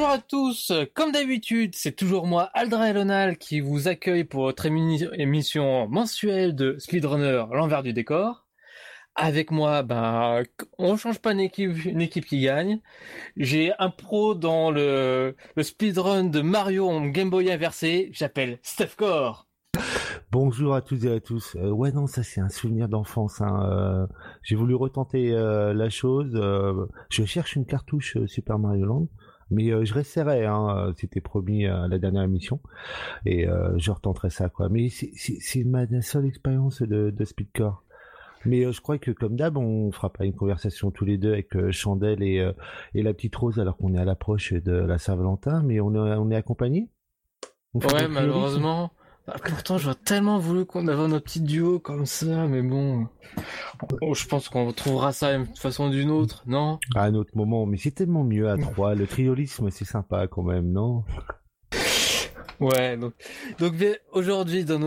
Bonjour à tous, comme d'habitude, c'est toujours moi, Aldrin Elonal, qui vous accueille pour votre émission mensuelle de Speedrunner, l'envers du décor. Avec moi, on change pas une équipe qui gagne. J'ai un pro dans le speedrun de Mario en Game Boy inversé, j'appelle Steph Core. Bonjour à toutes et à tous. Ouais, non, ça c'est un souvenir d'enfance. J'ai voulu retenter la chose. Je cherche une cartouche Super Mario Land, mais je resterai. C'était promis à la dernière émission, et je retenterai ça, quoi. Mais c'est ma seule expérience de Speedcore. Mais je crois que comme d'hab, on fera pas une conversation tous les deux avec Chandelle et la petite Rose alors qu'on est à l'approche de la Saint-Valentin, mais on est accompagné. Ouais, malheureusement. Pourtant, j'aurais tellement voulu qu'on ait notre petit duo comme ça, mais bon. Je pense qu'on trouvera ça d'une façon ou d'une autre, non? À un autre moment, mais c'est tellement mieux à trois. Le triolisme, c'est sympa quand même, non? Ouais, donc aujourd'hui, dans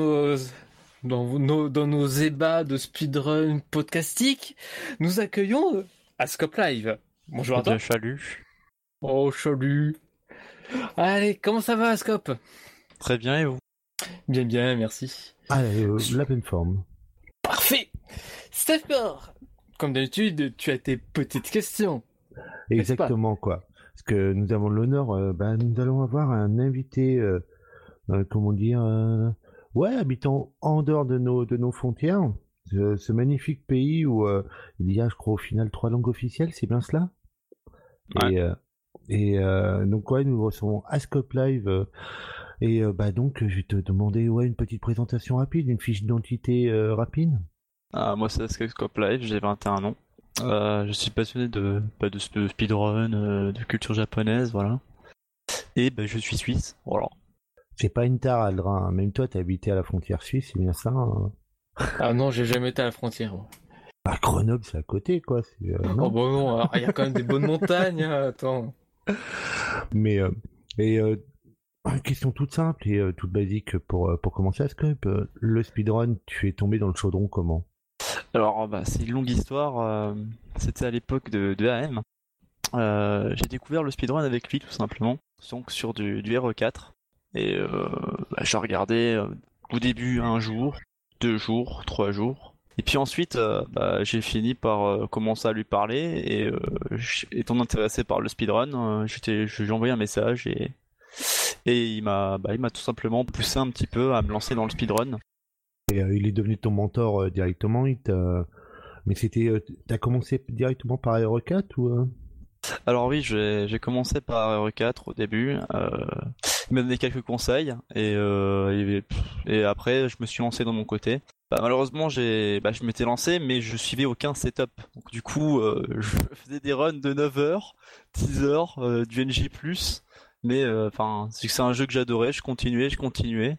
nos ébats de speedrun podcastique, nous accueillons Ascope Live. Bonjour à toi. Salut. Oh, salut. Allez, comment ça va, Ascope? Très bien, et vous? Bien, merci. La pleine forme. Parfait. Steph Core, comme d'habitude, tu as tes petites questions. Exactement, quoi. Parce que nous avons l'honneur, nous allons avoir un invité, habitant en dehors de nos frontières. Ce magnifique pays où il y a, je crois, au final 3 langues officielles, c'est bien cela? Ouais. Donc, nous recevons Ascope Live. Donc, je vais te demander une petite présentation rapide, une fiche d'identité rapide. Moi, c'est Ascope Live, j'ai 21 ans. Je suis passionné de speedrun, de culture japonaise, voilà. Et je suis suisse, voilà. C'est pas une tare, Aldrin. Même toi, t'as habité à la frontière suisse, c'est bien ça, hein? Ah non, j'ai jamais été à la frontière. Grenoble, c'est à côté, quoi. Non. Oh bon, non, il y a quand même des bonnes montagnes, attends. Mais, question toute simple et toute basique pour commencer à Scope. Le speedrun, tu es tombé dans le chaudron comment? Alors, c'est une longue histoire. C'était à l'époque de AM. J'ai découvert le speedrun avec lui, tout simplement. Donc, sur du RE4. Et j'ai regardé au début 1 jour, 2 jours, 3 jours. Et puis ensuite, j'ai fini par commencer à lui parler. Et étant intéressé par le speedrun, j'ai envoyé un message et il m'a tout simplement poussé un petit peu à me lancer dans le speedrun. Et il est devenu ton mentor directement. Mais t'as commencé directement par RE4 ou Alors oui, j'ai commencé par RE4 au début. Il m'a donné quelques conseils et après je me suis lancé dans mon côté. Malheureusement, je m'étais lancé, mais je suivais aucun setup. Donc du coup, je faisais des runs de 9 heures, 10 heures, du NJ+. Mais c'est un jeu que j'adorais, je continuais.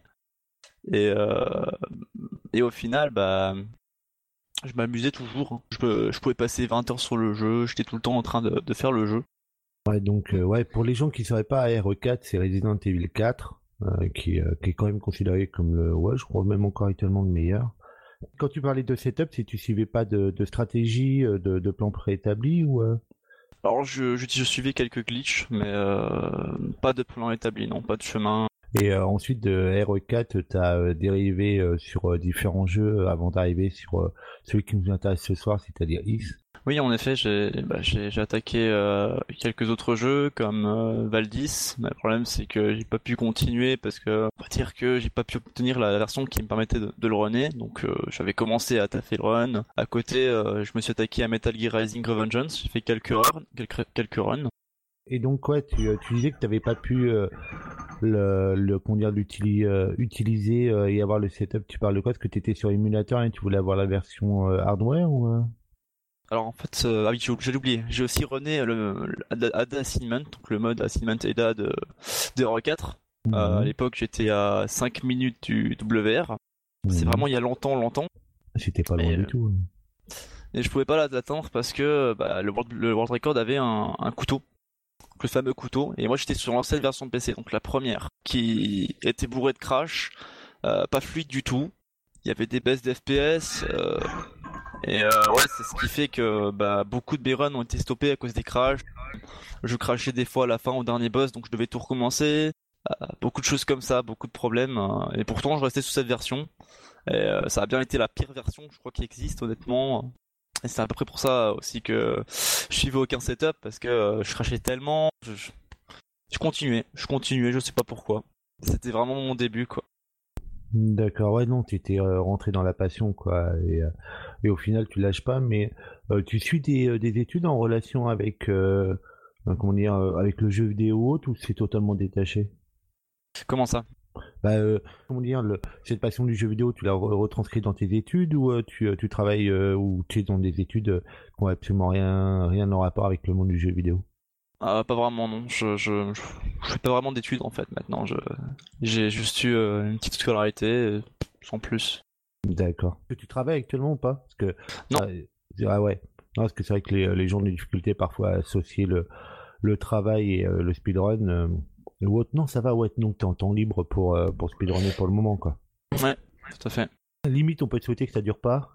Et au final, je m'amusais toujours. Je pouvais passer 20 heures sur le jeu, j'étais tout le temps en train de faire le jeu. Ouais, donc pour les gens qui ne sauraient pas, RE4, c'est Resident Evil 4, qui est quand même considéré comme je crois même encore actuellement le meilleur. Quand tu parlais de setup, si tu suivais pas de stratégie, de plan préétabli ou Alors je suivais quelques glitches, mais pas de plan établi, non, pas de chemin. Et ensuite de RE4, tu as dérivé sur différents jeux avant d'arriver sur celui qui nous intéresse ce soir, c'est-à-dire X. Oui, en effet, j'ai attaqué quelques autres jeux comme Valdis. Mais le problème, c'est que j'ai pas pu continuer parce que on va dire que j'ai pas pu obtenir la version qui me permettait de le runner. Donc j'avais commencé à taffer le run. À côté, je me suis attaqué à Metal Gear Rising Revengeance. J'ai fait quelques runs. Et donc tu disais que tu n'avais pas pu utiliser et avoir le setup. Tu parles de quoi? Est-ce que tu étais sur émulateur et tu voulais avoir la version hardware ou Alors en fait, j'ai oublié. J'ai aussi runné le Ada Assignment, donc le mode Assignment Ada de RE4. À l'époque, j'étais à 5 minutes du WR. C'est vraiment il y a longtemps. C'était pas loin du tout. Et je pouvais pas l'atteindre parce que le World Record avait un couteau. Le fameux couteau, et moi j'étais sur l'ancienne version de PC, donc la première, qui était bourrée de crash, pas fluide du tout, il y avait des baisses d'FPS, Et ouais, c'est ce qui fait que beaucoup de mes runs ont été stoppés à cause des crashs. Je crashais des fois à la fin au dernier boss, donc je devais tout recommencer. Beaucoup de choses comme ça, beaucoup de problèmes. Et pourtant, je restais sous cette version. Et ça a bien été la pire version, je crois, qui existe, honnêtement. Et c'est à peu près pour ça aussi que je suivais aucun setup, parce que je crashais tellement. Je continuais, je sais pas pourquoi. C'était vraiment mon début, quoi. D'accord, ouais, non, tu étais rentré dans la passion, quoi, et au final, tu lâches pas, mais tu suis des études en relation avec, comment dire, avec le jeu vidéo ou autre, ou c'est totalement détaché? Comment ça? Bah, comment dire, cette passion du jeu vidéo, tu l'as retranscrit dans tes études, ou tu travailles, ou tu es dans des études qui ont absolument rien en rapport avec le monde du jeu vidéo? Pas vraiment, non. Je fais pas vraiment d'études en fait maintenant. J'ai juste eu une petite scolarité, sans plus. D'accord. Est-ce que tu travailles actuellement ou pas? Parce que, Non. ah ouais. Non, parce que c'est vrai que les gens ont des difficultés parfois à associer le travail et le speedrun. Ou autre. Non, ça va, ouais, donc t'es en temps libre pour speedrunner pour le moment, quoi. Ouais, tout à fait. Limite, on peut te souhaiter que ça dure pas.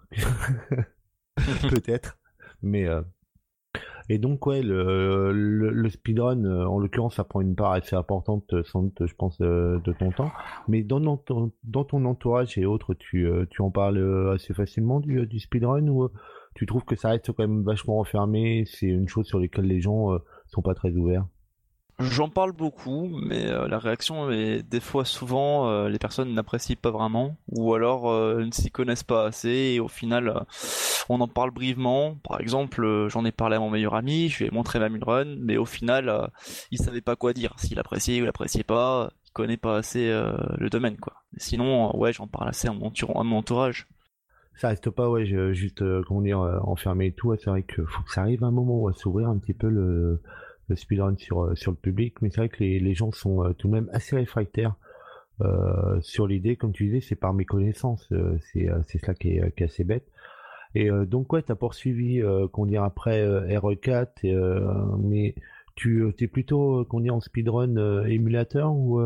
Peut-être. Mais, et donc, ouais, le speedrun, en l'occurrence, ça prend une part assez importante, sans doute, je pense, de ton temps. Mais dans ton entourage et autres, tu en parles assez facilement du speedrun, ou tu trouves que ça reste quand même vachement renfermé, c'est une chose sur laquelle les gens sont pas très ouverts? J'en parle beaucoup, mais la réaction est des fois souvent les personnes n'apprécient pas vraiment, ou alors ne s'y connaissent pas assez, et au final on en parle brièvement. Par exemple, j'en ai parlé à mon meilleur ami, je lui ai montré ma run, mais au final il savait pas quoi dire, s'il appréciait ou l'appréciait pas, il connaît pas assez le domaine quoi. Sinon, ouais, j'en parle assez à mon entourage. Ça reste pas, ouais, juste, comment dire, enfermé et tout. Ouais, c'est vrai qu'il faut que ça arrive un moment à s'ouvrir un petit peu le speedrun sur le public, mais c'est vrai que les gens sont tout de même assez réfractaires sur l'idée, comme tu disais, c'est par méconnaissance, c'est cela qui est assez bête. Et donc ouais, t'as poursuivi, qu'on dirait après RE4, mais tu t'es plutôt, qu'on dirait en speedrun émulateur, ou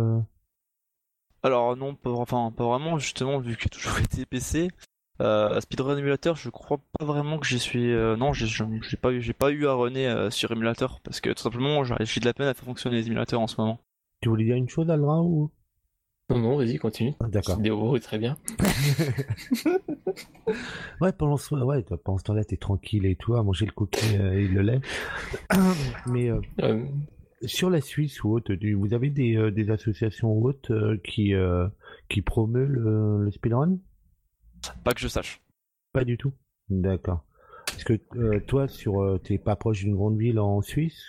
Alors non, pas vraiment, justement, vu que j'ai toujours été PC. Speedrun Emulator, je crois pas vraiment que j'y suis. Non, j'ai pas eu à runner sur émulateur parce que tout simplement, j'ai de la peine à faire fonctionner les émulateurs en ce moment. tu voulais dire une chose, Alra, ou Non, vas-y, continue. Ah, d'accord. Cette vidéo est très bien. Ouais, pendant ce temps-là, t'es tranquille et tout, à manger le cookie et le lait. Mais Euh, sur la Suisse ou autre, vous avez des associations ou autres qui promeuvent le speedrun? Pas que je sache. Pas du tout. D'accord. Est-ce que toi, t'es pas proche d'une grande ville en Suisse?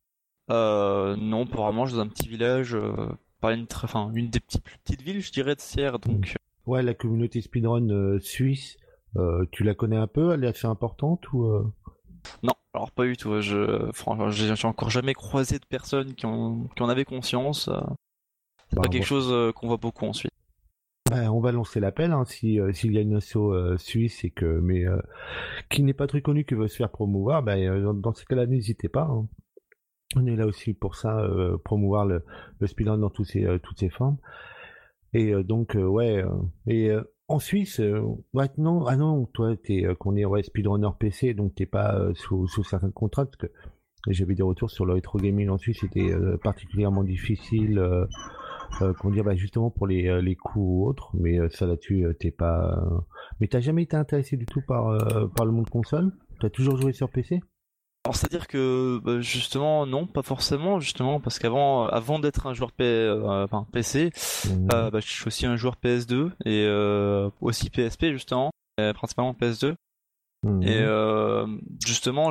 Non, pas vraiment, je suis dans un petit village, pas une des plus petites villes, je dirais, de Sierre, donc. Ouais, la communauté speedrun suisse, tu la connais un peu? Elle est assez importante, ou Non, alors pas du tout. Franchement, j'ai encore jamais croisé de personnes qui en avaient conscience. C'est Bah, pas quelque chose qu'on voit beaucoup ensuite. bah, on va lancer l'appel, hein, si s'il y a une asso suisse, mais qui n'est pas très connue, qui veut se faire promouvoir, bah, dans ce cas-là, n'hésitez pas, hein. On est là aussi pour ça, promouvoir le speedrun dans toutes ses formes. Et donc, ouais. Et en Suisse, ouais, non, ah non, toi, qu'on est, ouais, speedrunner PC, donc t'es pas sous certaines contraintes, parce que j'avais des retours sur le rétro gaming en Suisse, c'était particulièrement difficile, qu'on dire, bah, justement pour les coûts ou autres, mais ça là-dessus, t'es pas. Mais t'as jamais été intéressé du tout par le monde console? T'as toujours joué sur PC? Alors c'est-à-dire que justement non, pas forcément justement parce avant d'être un joueur PC, Mhm. je suis aussi un joueur PS2 et aussi PSP justement, principalement PS2 et Mhm. justement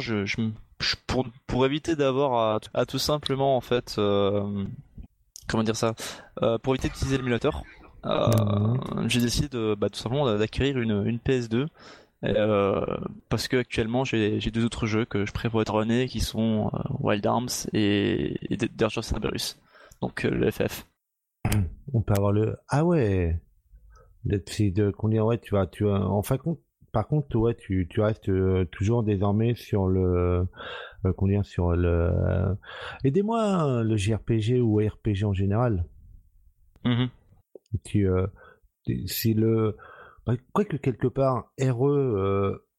pour éviter d'avoir à tout simplement en fait comment dire ça pour éviter d'utiliser l'émulateur Mhm. j'ai décidé tout simplement d'acquérir une PS2 euh, parce que actuellement j'ai deux autres jeux que je prévois de runner qui sont Wild Arms et Dirge of Cerberus. Donc le FF. On peut avoir le. Ah ouais! C'est de combien, ouais, en fin de compte, par contre, ouais, tu restes toujours désormais sur combien, sur aidez-moi, hein, le JRPG ou RPG en général. Mhm. Tu, c'est le, bah, quoique quelque part, RE,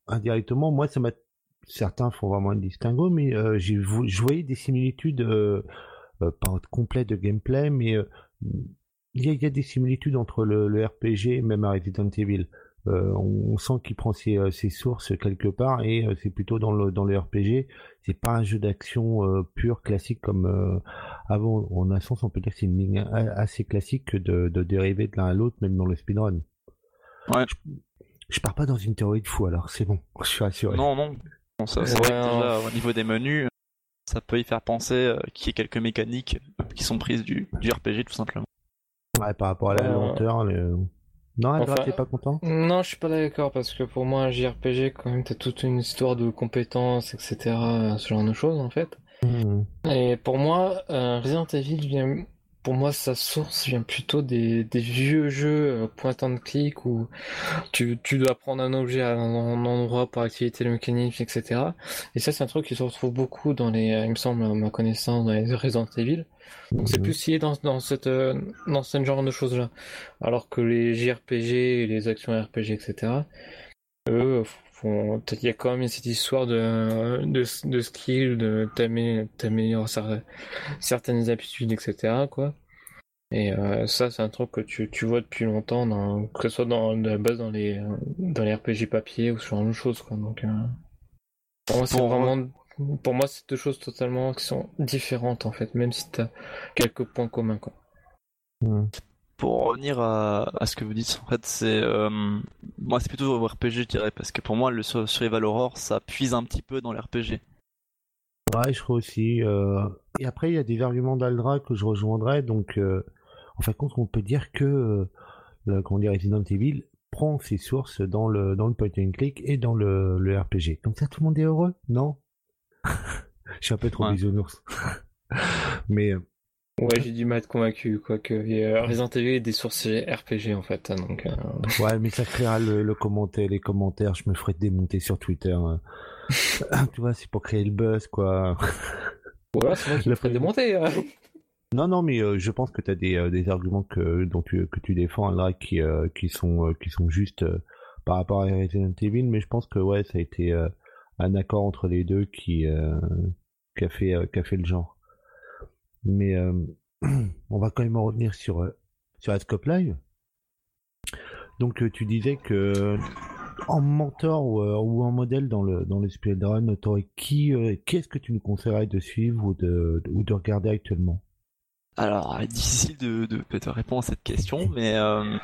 indirectement, moi, ça m'a. Certains font vraiment un distinguo, mais je voyais des similitudes, pas complètes de gameplay, mais il y a des similitudes entre le RPG et même à Resident Evil. On sent qu'il prend ses sources quelque part et c'est plutôt dans le RPG. C'est pas un jeu d'action pur classique comme avant. En un sens, on peut dire que c'est une ligne assez classique que de dériver de l'un à l'autre, même dans le speedrun. Ouais. Je pars pas dans une théorie de fou, alors c'est bon, je suis rassuré. Non, c'est vrai que déjà, au niveau des menus, ça peut y faire penser qu'il y ait quelques mécaniques qui sont prises du RPG, tout simplement. Ouais, par rapport à la lenteur, Non, Aldra, t'es pas content? Non, je suis pas d'accord parce que pour moi, un JRPG, quand même, t'as toute une histoire de compétences, etc., ce genre de choses, en fait. Et pour moi, Resident Evil vient, pour moi, sa source vient plutôt des vieux jeux point and click où tu dois prendre un objet à un endroit pour activer le mécanisme, etc. Et ça, c'est un truc qui se retrouve beaucoup dans il me semble, à ma connaissance, dans les Resident Evil. Donc c'est plus lié dans ce genre de choses-là. Alors que les JRPG et les actions RPG, etc., eux, il y a quand même cette histoire de skill, t'améliorer certaines aptitudes, etc., quoi. Et ça, c'est un truc que tu vois depuis longtemps, que ce soit de la base dans les RPG papier ou ce genre de choses, quoi. Donc, pour moi, c'est vraiment... Pour moi, c'est deux choses totalement qui sont différentes, en fait, même si t'as quelques points communs, quoi. Pour revenir à ce que vous dites, en fait, moi, c'est plutôt RPG, je dirais, parce que pour moi, le Survival Horror, ça puise un petit peu dans l'RPG. Ouais, je crois aussi. Et après, il y a des arguments d'Aldra que je rejoindrais. Donc, en fin de compte, on peut dire que Resident Evil prend ses sources dans le point and click et dans le RPG. Comme ça, tout le monde est heureux, non? Je suis un peu trop bisounours. Mais ouais, j'ai du mal à être convaincu, quoi, que Resident Evil est des sources RPG, en fait, hein, donc... Ouais, mais ça créera les commentaires, je me ferai démonter sur Twitter. Tu vois, c'est pour créer le buzz, quoi. Ouais, c'est moi qui me ferai démonter. Non, mais je pense que tu as des arguments que tu défends là qui sont justes par rapport à Resident Evil, mais je pense que ouais, ça a été un accord entre les deux qui a fait le genre. Mais on va quand même en revenir sur Ascope Live. Donc tu disais que en mentor ou en modèle dans le speedrun, t'aurais qu'est-ce que tu nous conseillerais de suivre ou de regarder actuellement? Alors, difficile de répondre à cette question, mais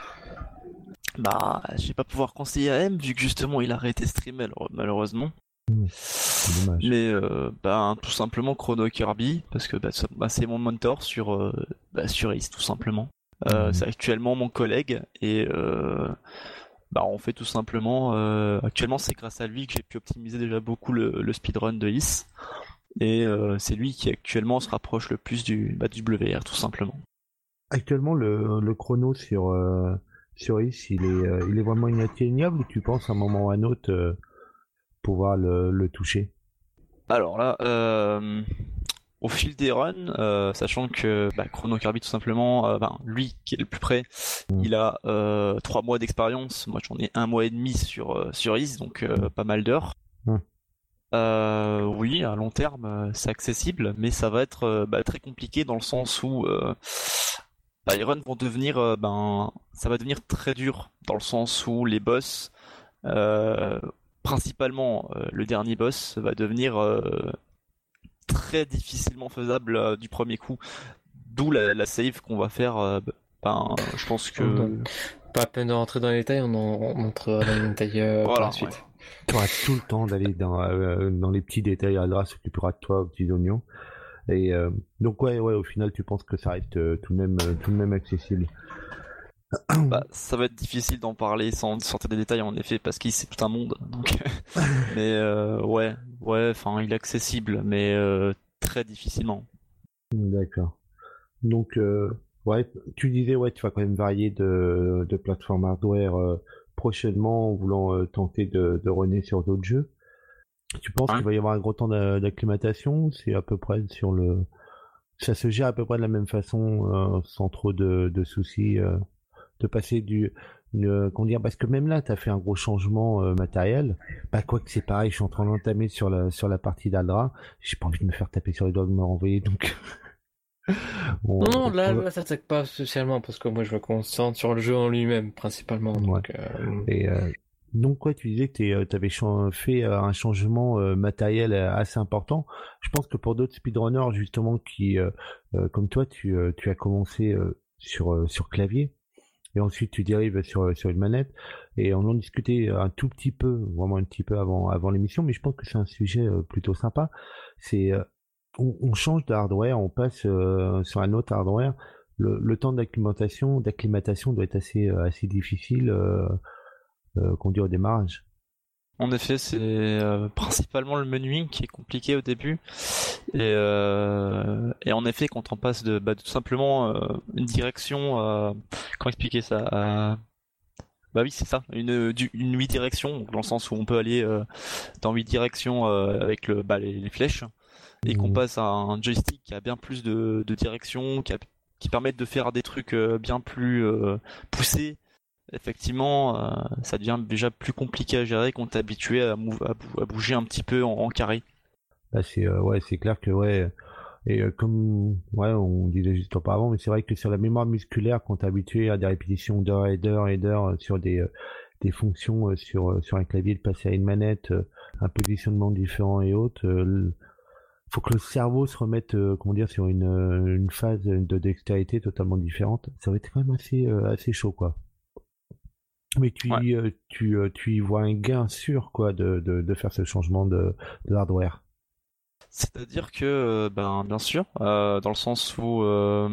je vais pas pouvoir conseiller à M vu que justement il a arrêté de streamer malheureusement. C'est dommage. Mais tout simplement Chrono Kirby parce que c'est mon mentor sur Ace tout simplement. C'est actuellement mon collègue et on fait tout simplement actuellement c'est grâce à lui que j'ai pu optimiser déjà beaucoup le speedrun de Ace. Et c'est lui qui actuellement se rapproche le plus du WR tout simplement. Actuellement le chrono sur Ace il est vraiment inatteignable ou tu penses à un moment ou à un autre pouvoir le toucher? Alors là au fil des runs, sachant que Chrono Kirby tout simplement, lui qui est le plus près, il a 3 mois d'expérience, moi j'en ai 1 mois et demi sur Ace, donc pas mal d'heures. Oui, à long terme, c'est accessible, mais ça va être très compliqué dans le sens où les runs vont devenir, ça va devenir très dur dans le sens où les boss, principalement le dernier boss, va devenir très difficilement faisable du premier coup. D'où la save qu'on va faire. Je pense que pas à peine de rentrer dans les détails, on entrera dans les détails par la suite. Ouais. Tu auras tout le temps d'aller dans les petits détails. Aldra s'occupera de toi aux petits oignons. Et donc ouais, au final, tu penses que ça reste tout de même accessible. Ça va être difficile d'en parler sans sortir des détails en effet parce qu'il c'est tout un monde. Donc... mais il est accessible, mais très difficilement. D'accord. Donc tu disais tu vas quand même varier de plateforme hardware prochainement en voulant tenter de runner sur d'autres jeux. Tu penses qu'il va y avoir un gros temps d'acclimatation? C'est à peu près ça se gère à peu près de la même façon sans trop de soucis de passer Qu'on dire, parce que même là, t'as fait un gros changement matériel. Bah quoi que c'est pareil, je suis en train d'entamer sur la partie d'Aldra. J'ai pas envie de me faire taper sur les doigts de me renvoyer, donc. Non, là, ça t'attaque pas spécialement parce que moi je me concentre sur le jeu en lui-même principalement. Ouais. Donc, Et donc ouais, tu disais que t'avais fait un changement matériel assez important. Je pense que pour d'autres speedrunners justement qui, comme toi, tu as commencé sur clavier et ensuite tu dérives sur une manette. Et on en discutait un tout petit peu, vraiment un petit peu avant l'émission, mais je pense que c'est un sujet plutôt sympa. C'est on change de hardware, on passe sur un autre hardware. Le temps d'acclimatation doit être assez difficile. Qu'on dit au démarrage. En effet, c'est principalement le menuing qui est compliqué au début. Et en effet, quand on passe de tout simplement une direction, comment expliquer ça Bah oui, c'est ça, une 8 directions, dans le sens où on peut aller dans 8 directions avec les flèches, et qu'on passe à un joystick qui a bien plus de directions, qui permettent de faire des trucs bien plus poussés. Effectivement, ça devient déjà plus compliqué à gérer quand t'es habitué à bouger un petit peu en carré. Là, c'est clair que et comme on disait juste auparavant, mais c'est vrai que sur la mémoire musculaire, quand t'es habitué à des répétitions d'heures et d'heures et d'heures sur des fonctions sur un clavier, de passer à une manette, un positionnement différent et autres, faut que le cerveau se remette sur une phase de dextérité totalement différente. Ça va être quand même assez chaud, quoi. Mais tu y vois un gain sûr, quoi, de faire ce changement de hardware. C'est-à-dire que, bien sûr, dans le sens où,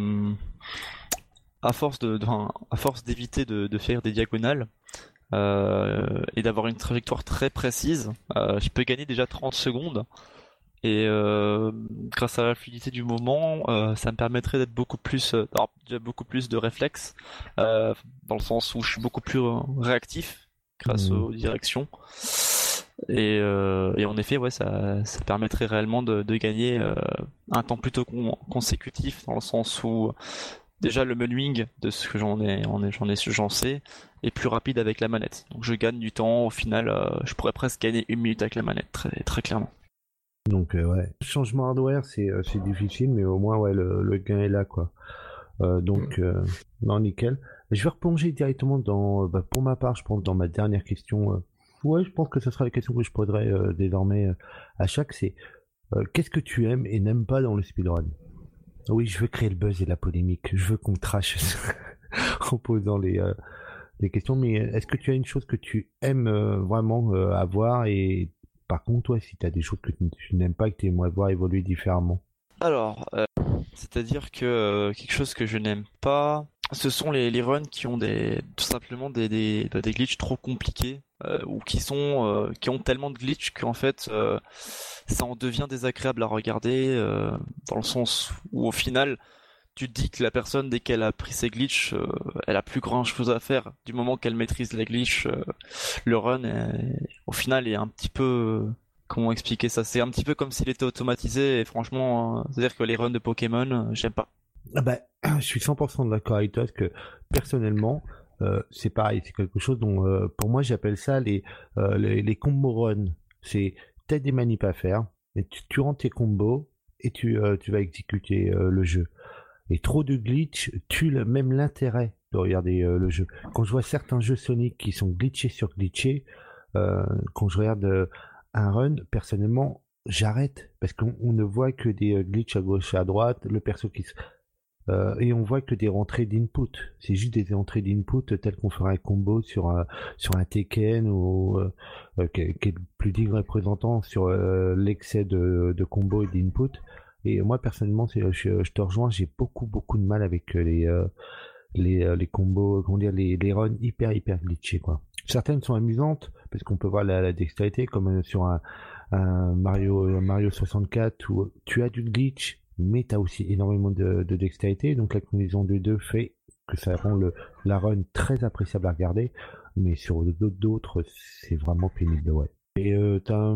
à force d'éviter de faire des diagonales et d'avoir une trajectoire très précise, je peux gagner déjà 30 secondes. Et grâce à la fluidité du moment, ça me permettrait d'être beaucoup plus de réflexes, dans le sens où je suis beaucoup plus réactif grâce aux directions. Et en effet, ça permettrait réellement de gagner un temps plutôt consécutif, dans le sens où déjà le menuing, de ce que j'en sais, est plus rapide avec la manette. Donc je gagne du temps. Au final, je pourrais presque gagner 1 minute avec la manette, très très clairement. Donc changement hardware, c'est difficile, mais au moins le gain est là, quoi. Non, nickel. Je vais replonger directement pour ma part, je pense, dans ma dernière question. Je pense que ce sera la question que je poserai désormais à chaque. C'est qu'est-ce que tu aimes et n'aimes pas dans le speedrun? Oui, je veux créer le buzz et la polémique. Je veux qu'on me trash en posant les questions. Mais est-ce que tu as une chose que tu aimes vraiment avoir, et par contre, toi, si tu as des choses que tu n'aimes pas, que tu aimerais voir évoluer différemment? Alors, c'est-à-dire que quelque chose que je n'aime pas, ce sont les runs qui ont tout simplement des glitches trop compliqués, ou qui ont tellement de glitches qu'en fait ça en devient désagréable à regarder, dans le sens où au final tu te dis que la personne, dès qu'elle a pris ses glitches, elle a plus grand chose à faire. Du moment qu'elle maîtrise les glitches, le run au final est un petit peu... Comment expliquer ça? C'est un petit peu comme s'il était automatisé, et franchement, c'est-à-dire que les runs de Pokémon, j'aime pas. Ah bah, je suis 100% d'accord avec toi, parce que personnellement, c'est pareil, c'est quelque chose dont, pour moi, j'appelle ça les combo runs. C'est, t'as des manips à faire, et tu rentres tes combos, et tu vas exécuter le jeu. Et trop de glitch tue même l'intérêt de regarder le jeu. Quand je vois certains jeux Sonic qui sont glitchés sur glitchés, quand je regarde un run, personnellement, j'arrête, parce qu'on ne voit que des glitches à gauche et à droite, le perso et on voit que des rentrées d'input. C'est juste des entrées d'input telles qu'on ferait un combo sur un Tekken, ou qui est le plus digne représentant sur l'excès de combo et d'input. Et moi personnellement, je te rejoins, j'ai beaucoup de mal avec les combos, comment dire, les runs hyper glitchés, quoi. Certaines sont amusantes parce qu'on peut voir la dextérité, comme sur un Mario 64 où tu as du glitch, mais tu as aussi énormément de dextérité. Donc la combinaison des deux fait que ça rend la run très appréciable à regarder, mais sur d'autres, c'est vraiment pénible, ouais. Et t'as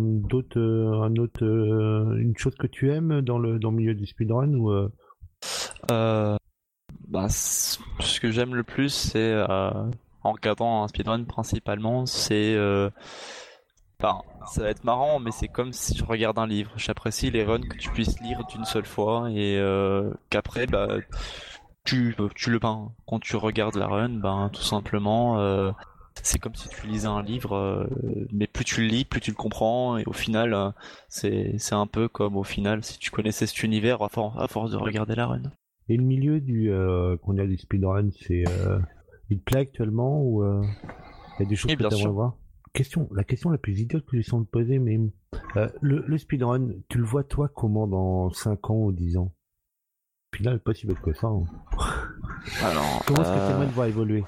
une chose que tu aimes dans le milieu du speedrun, ou Ce que j'aime le plus, c'est en regardant un speedrun principalement, c'est enfin, ça va être marrant, mais c'est comme si je regarde un livre. J'apprécie les runs que tu puisses lire d'une seule fois et qu'après, bah, tu le peins. Quand tu regardes la run, ben, tout simplement, c'est comme si tu lisais un livre, mais plus tu le lis, plus tu le comprends, et au final, c'est un peu comme au final si tu connaissais cet univers à force de regarder la run. Et le milieu du speedrun, il te plaît actuellement ou il y a des choses Et que bien tu aimerais sûr. voir? La question la plus idiote que j'ai sans te poser, mais le speedrun, tu le vois toi comment dans 5 ans ou 10 ans? Au final, pas si bête que ça, hein. Alors, Comment est-ce que tu aimerais le voir évoluer?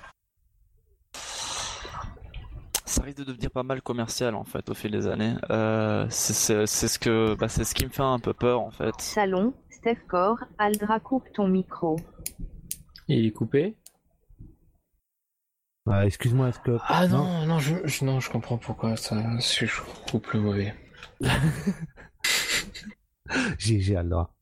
ça risque de devenir pas mal commercial en fait au fil des années. C'est ce qui me fait un peu peur en fait. Salon, Steph Aldra coupe ton micro. Il est coupé. Excuse-moi, est-ce que... Ah non, je comprends pourquoi ça. Je coupe le mauvais. GG Aldra.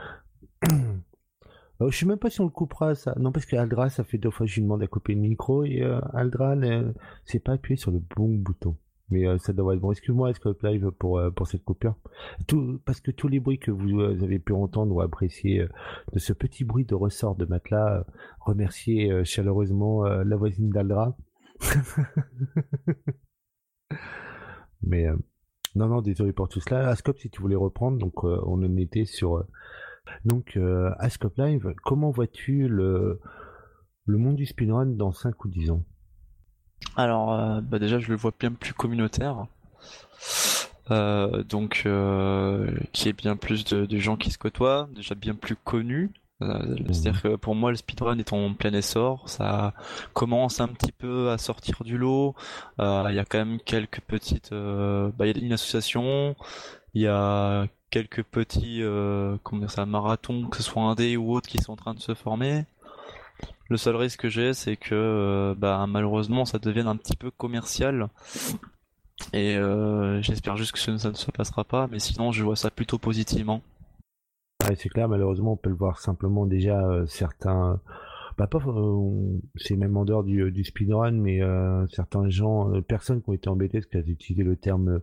Je sais même pas si on le coupera ça. Non, parce que Aldra, ça fait 2 fois que je lui demande à couper le micro et Aldra ne s'est pas appuyé sur le bon bouton. Mais ça devrait être bon. Excuse-moi, Scope Live pour cette coupure. Parce que tous les bruits que vous avez pu entendre ou apprécier de ce petit bruit de ressort de matelas, remercier chaleureusement la voisine d'Aldra. Mais non, désolé pour tout cela. Ascop, si tu voulais reprendre, donc on en était sur... Ascop Live, comment vois-tu le monde du speedrun dans 5 ou 10 ans? Alors, bah déjà, je le vois bien plus communautaire. Qui est bien plus de gens qui se côtoient, déjà bien plus connus. C'est-à-dire que pour moi, le speedrun est en plein essor, ça commence un petit peu à sortir du lot. Il y a quand même quelques petites, il y a une association, il y a quelques petits, comment dire ça, marathons, que ce soit indé ou autres, qui sont en train de se former. Le seul risque que j'ai, c'est que malheureusement, ça devienne un petit peu commercial. Et j'espère juste que ça ne se passera pas, mais sinon, je vois ça plutôt positivement. Ouais, c'est clair, malheureusement, on peut le voir simplement déjà certains... pas, c'est même en dehors du speedrun, mais certains gens, personnes qui ont été embêtées parce qu'elles ont utilisé le terme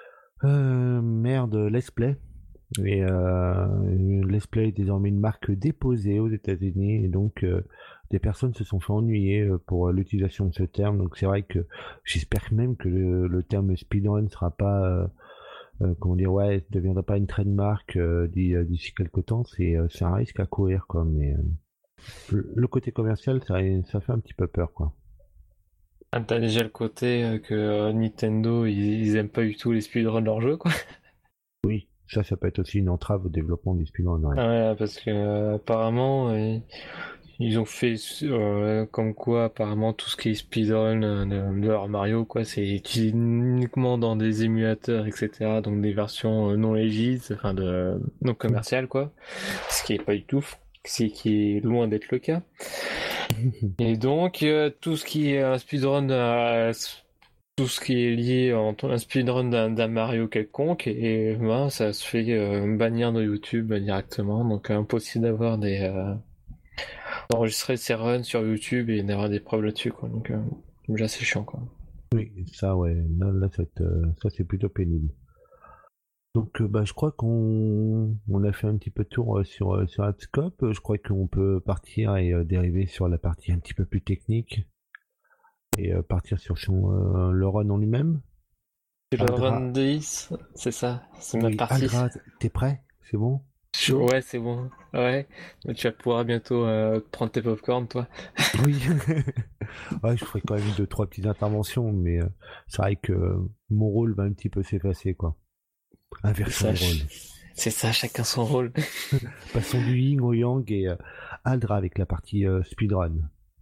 let's play. Et let's play est désormais une marque déposée aux États-Unis, et donc des personnes se sont fait ennuyer pour l'utilisation de ce terme. Donc c'est vrai que j'espère même que le terme speedrun ne sera pas... comment dire, ouais, ne deviendra pas une trademark d'ici quelques temps, c'est un risque à courir, quoi. Mais le côté commercial, ça fait un petit peu peur, quoi. Ah, t'as déjà le côté que Nintendo, ils aiment pas du tout les speedruns de leur jeu, quoi. Oui, ça peut être aussi une entrave au développement des speedruns. Ouais. Ah ouais, parce que apparemment, ils ont fait comme quoi apparemment tout ce qui est speedrun de leur Mario, quoi, c'est utilisé uniquement dans des émulateurs, etc. Donc des versions non legit, enfin non commerciales, quoi. Ce qui est pas du tout, qui est loin d'être le cas. Et donc tout ce qui est un speedrun, tout ce qui est lié à un speedrun d'un Mario quelconque, et ben ça se fait bannir de YouTube directement, donc impossible d'avoir d'enregistrer ses runs sur YouTube et d'avoir des preuves là-dessus, quoi. Donc déjà c'est chiant, quoi. Oui, ça, ouais, là ça c'est plutôt pénible. Donc je crois qu'on a fait un petit peu de tour sur AppScope. Je crois qu'on peut partir et dériver sur la partie un petit peu plus technique et partir sur le run en lui-même. C'est le run 10, c'est ça, c'est ma partie. Aldra, t'es prêt? C'est bon? Ouais, c'est bon. Ouais, tu vas pouvoir bientôt prendre tes popcorn, toi. Oui. Ouais, je ferai quand même 2-3 petites interventions, mais c'est vrai que mon rôle va un petit peu s'effacer, quoi. Inversion de rôle. C'est ça, chacun son rôle. Passons du yin au yang et Aldra avec la partie speedrun.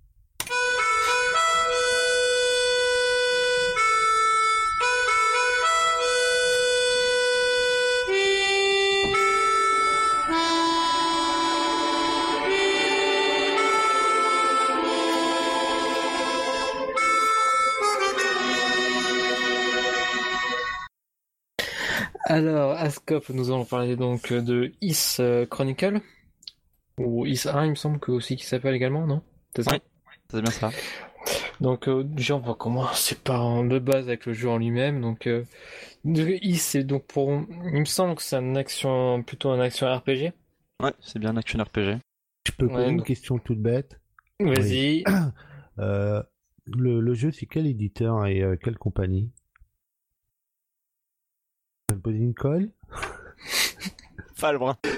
Alors, Ascop, nous allons parler donc de Is Chronicle, ou Is 1, il me semble que aussi qui s'appelle également, non? C'est ça? Oui, c'est bien ça. Donc déjà on va commencer par de base avec le jeu en lui-même. Donc c'est donc il me semble que c'est plutôt un action RPG. Ouais, c'est bien un action RPG. Je peux poser une donc question toute bête. vas-y. Euh, le jeu, c'est quel éditeur et quelle compagnie? Je vais me poser une colle. Falbrin.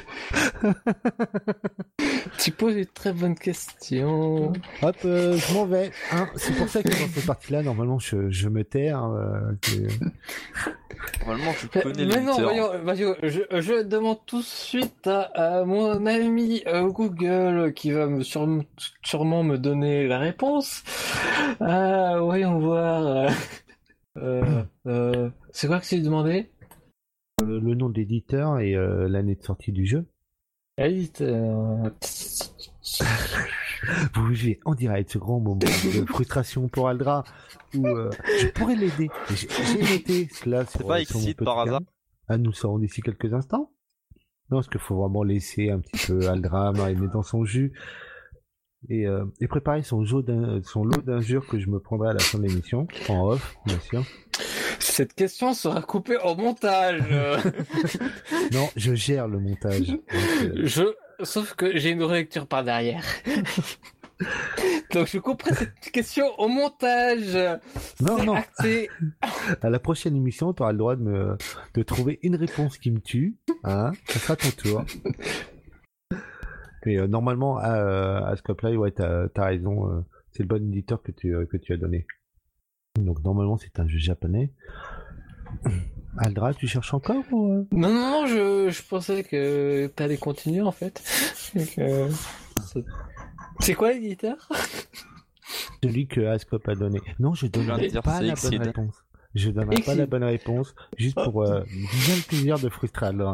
Tu poses une très bonne question. Hop, je m'en vais. Hein, c'est pour ça que dans cette partie-là, normalement, je me tais. Normalement, je connais Mais non, l'éditeur. voyons, je demande tout de suite à mon ami Google qui va sûrement me donner la réponse. Voyons voir. C'est quoi que tu demandé? Le nom de l'éditeur et l'année de sortie du jeu. Vous vivez en direct ce grand moment de frustration pour Aldra où je pourrais l'aider. J'ai noté cela C'est sur, pas sur mon Exit petit par hasard? carnet. Ah, nous serons d'ici quelques instants. Non, parce qu'il faut vraiment laisser un petit peu Aldra mariner dans son jus et préparer son lot d'injures que je me prendrai à la fin de l'émission, en off, bien sûr. Cette question sera coupée au montage. Non, je gère le montage. Donc, Sauf que j'ai une relecture par derrière. Donc je couperai cette question au montage. Non, C'est non. acté. À la prochaine émission, tu auras le droit de trouver une réponse qui me tue. Hein, ça sera ton tour. Et normalement, à Scopely, ouais, t'as raison. C'est le bon éditeur que tu as donné. Donc normalement, c'est un jeu japonais. Aldra, tu cherches encore ou Non, je pensais que t'allais continuer en fait. C'est quoi l'éditeur? celui que Ascop a donné? Non, je donnerai dire, pas c'est la Exceed. bonne réponse. Je donnerai pas Exceed. la bonne réponse, juste pour bien le plaisir de frustrer Aldra.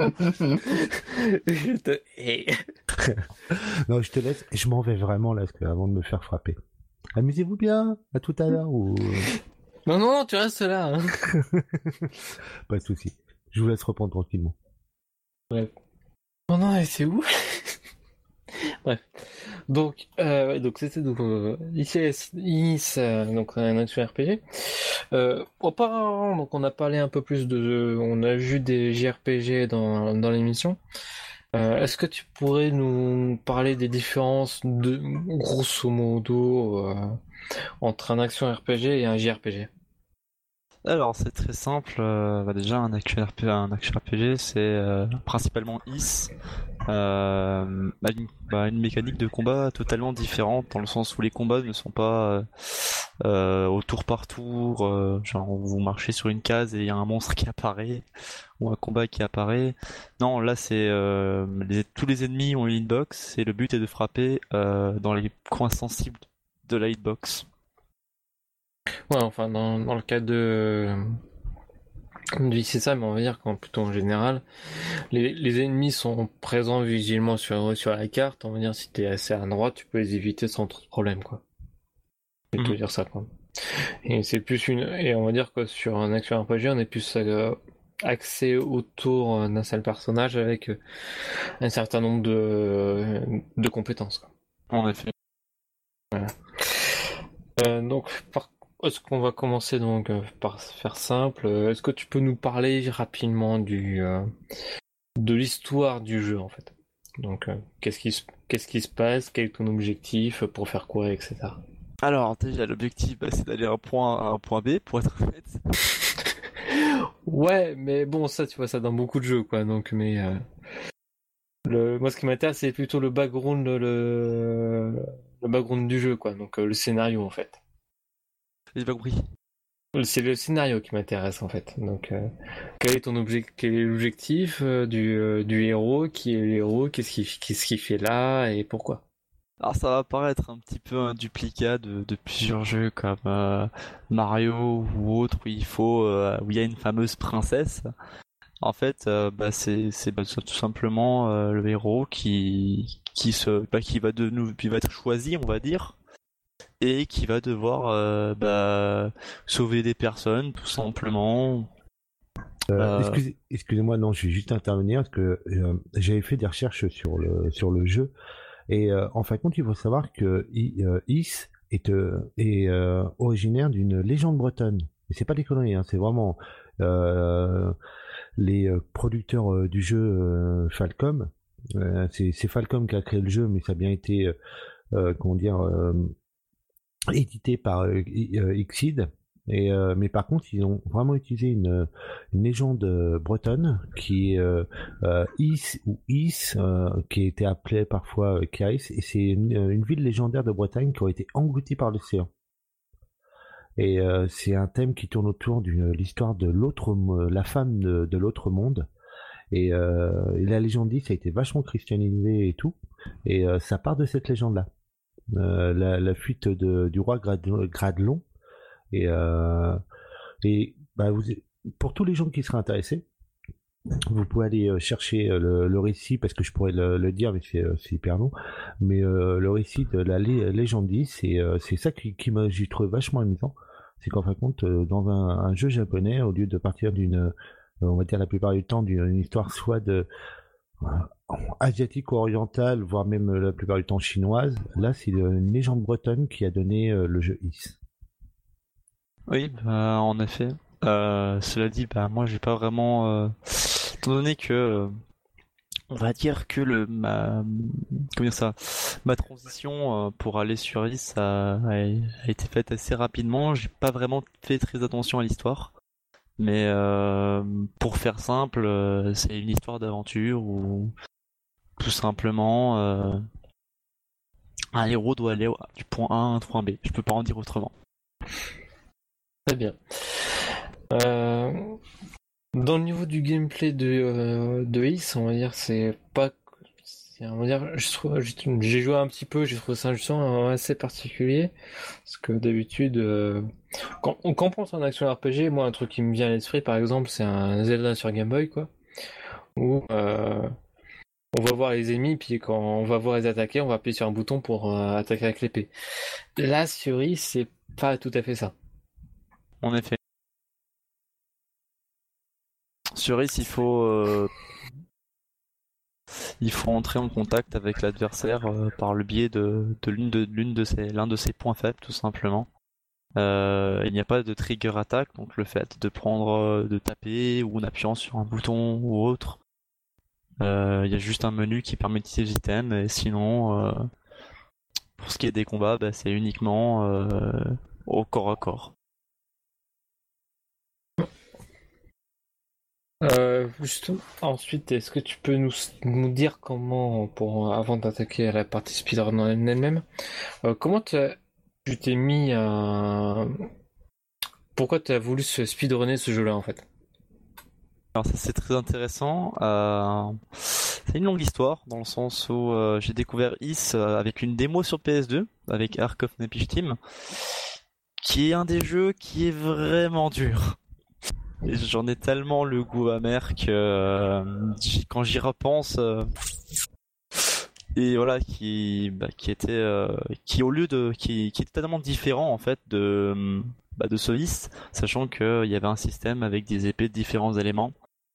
Je te hais. Non, je te laisse. Je m'en vais vraiment là, avant de me faire frapper. Amusez-vous bien. À tout à l'heure ou Non, tu restes là. Hein. pas de souci. Je vous laisse reprendre tranquillement. Non, mais c'est où? Bref. Donc c'était donc ICS, donc un action RPG. Auparavant, donc on a parlé un peu plus on a vu des JRPG dans l'émission. Est-ce que tu pourrais nous parler des différences grosso modo entre un action RPG et un JRPG? Alors, c'est très simple. Déjà, un action RPG, c'est principalement IS. Une mécanique de combat totalement différente, dans le sens où les combats ne sont pas au tour par tour, genre vous marchez sur une case et il y a un monstre qui apparaît, ou un combat qui apparaît. Non, là c'est tous les ennemis ont une hitbox et le but est de frapper dans les coins sensibles de la hitbox. Ouais, enfin dans le cas c'est ça, mais on va dire qu'en plutôt en général, les ennemis sont présents visuellement sur la carte. On va dire si t'es assez à droite, tu peux les éviter sans trop de problème, quoi. Je peux dire ça, quoi. Et c'est plus et on va dire que sur un action RPG, on est plus axé autour d'un seul personnage avec un certain nombre de compétences, quoi. En effet. Voilà. Donc est-ce qu'on va commencer donc par faire simple? Est-ce que tu peux nous parler rapidement de l'histoire du jeu en fait? Donc qu'est-ce qui se passe? Quel est ton objectif? Pour faire quoi, etc. Alors déjà l'objectif c'est d'aller d'un point A à un point B pour être honnête. Ouais, mais bon ça tu vois ça dans beaucoup de jeux quoi. Donc moi ce qui m'intéresse c'est plutôt le background du jeu quoi. Donc le scénario en fait. J'ai pas compris. C'est le scénario qui m'intéresse en fait. Donc, quel est l'objectif du héros? Qui est le héros? Qu'est-ce qu'il fait là et pourquoi? Alors ça va paraître un petit peu un duplicat de plusieurs jeux comme Mario ou autres où où il y a une fameuse princesse. En fait, c'est tout simplement le héros qui va être choisi, on va dire. Et qui va devoir sauver des personnes tout simplement. Excusez-moi, non, je vais juste intervenir parce que j'avais fait des recherches sur le jeu et en fin de compte, il faut savoir que Is est originaire d'une légende bretonne. Et c'est pas des conneries, hein, c'est vraiment les producteurs du jeu Falcom. C'est Falcom qui a créé le jeu, mais ça a bien été comment dire édité par Xseed. Mais par contre, ils ont vraiment utilisé une légende bretonne qui est Is ou Is, qui a été appelée parfois Kais, et c'est une ville légendaire de Bretagne qui a été engloutie par l'océan. Et c'est un thème qui tourne autour de l'histoire de la femme de l'autre monde. Et la légende Is a été vachement christianisée et tout. Et ça part de cette légende-là. La fuite du roi Gradelon. Et bah pour tous les gens qui seraient intéressés, vous pouvez aller chercher le récit, parce que je pourrais le dire, mais c'est hyper long. Mais le récit de la légende, c'est ça qui m'a, j'ai trouvé vachement amusant. C'est qu'en fin de compte, dans un jeu japonais, au lieu de partir d'une, on va dire la plupart du temps, d'une histoire soit de asiatique ou orientale, voire même la plupart du temps chinoise, là c'est une légende bretonne qui a donné le jeu Is. Oui, en effet. Cela dit, moi j'ai pas vraiment, étant donné que, on va dire que ma transition pour aller sur Is a été faite assez rapidement. J'ai pas vraiment fait très attention à l'histoire, mais pour faire simple, c'est une histoire d'aventure où tout simplement un héros doit aller du point A à un point B. Je peux pas en dire autrement. Très bien. Dans le niveau du gameplay de Is, on va dire, on va dire, j'ai joué un petit peu, j'ai trouvé ça justement assez particulier, parce que d'habitude, quand on pense en action RPG, moi un truc qui me vient à l'esprit, par exemple, c'est un Zelda sur Game Boy, quoi, où on va voir les ennemis, puis quand on va voir les attaquer, on va appuyer sur un bouton pour attaquer avec l'épée. Là, sur Is, c'est pas tout à fait ça. En effet. Sur Is, il faut entrer en contact avec l'adversaire par le biais de l'un de ses points faibles, tout simplement. Il n'y a pas de trigger attack, donc le fait de taper ou en appuyant sur un bouton ou autre. Il y a juste un menu qui permet d'utiliser les items, et sinon, pour ce qui est des combats, c'est uniquement au corps à corps. Juste ensuite, est-ce que tu peux nous dire comment, avant d'attaquer la partie speedrun en elle-même, comment tu t'es mis à... Pourquoi tu as voulu speedrunner ce jeu-là, en fait? Alors ça c'est très intéressant. C'est une longue histoire dans le sens où j'ai découvert Is avec une démo sur PS2 avec Ark of Nephilim, qui est un des jeux qui est vraiment dur. Et j'en ai tellement le goût amer que quand j'y repense, et voilà, qui est totalement différent en fait de ce Is, sachant qu'il y avait un système avec des épées de différents éléments.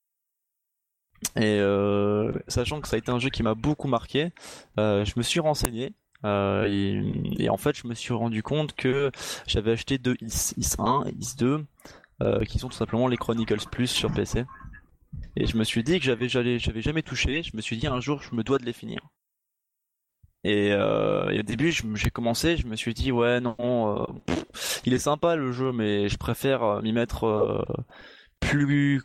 Et sachant que ça a été un jeu qui m'a beaucoup marqué, je me suis renseigné. Et en fait, je me suis rendu compte que j'avais acheté deux Is 1 et Is 2. Qui sont tout simplement les Chronicles Plus sur PC. Et je me suis dit que j'avais jamais touché. Je me suis dit un jour je me dois de les finir. Et au début j'ai commencé, je me suis dit ouais non, il est sympa le jeu, mais je préfère m'y mettre plus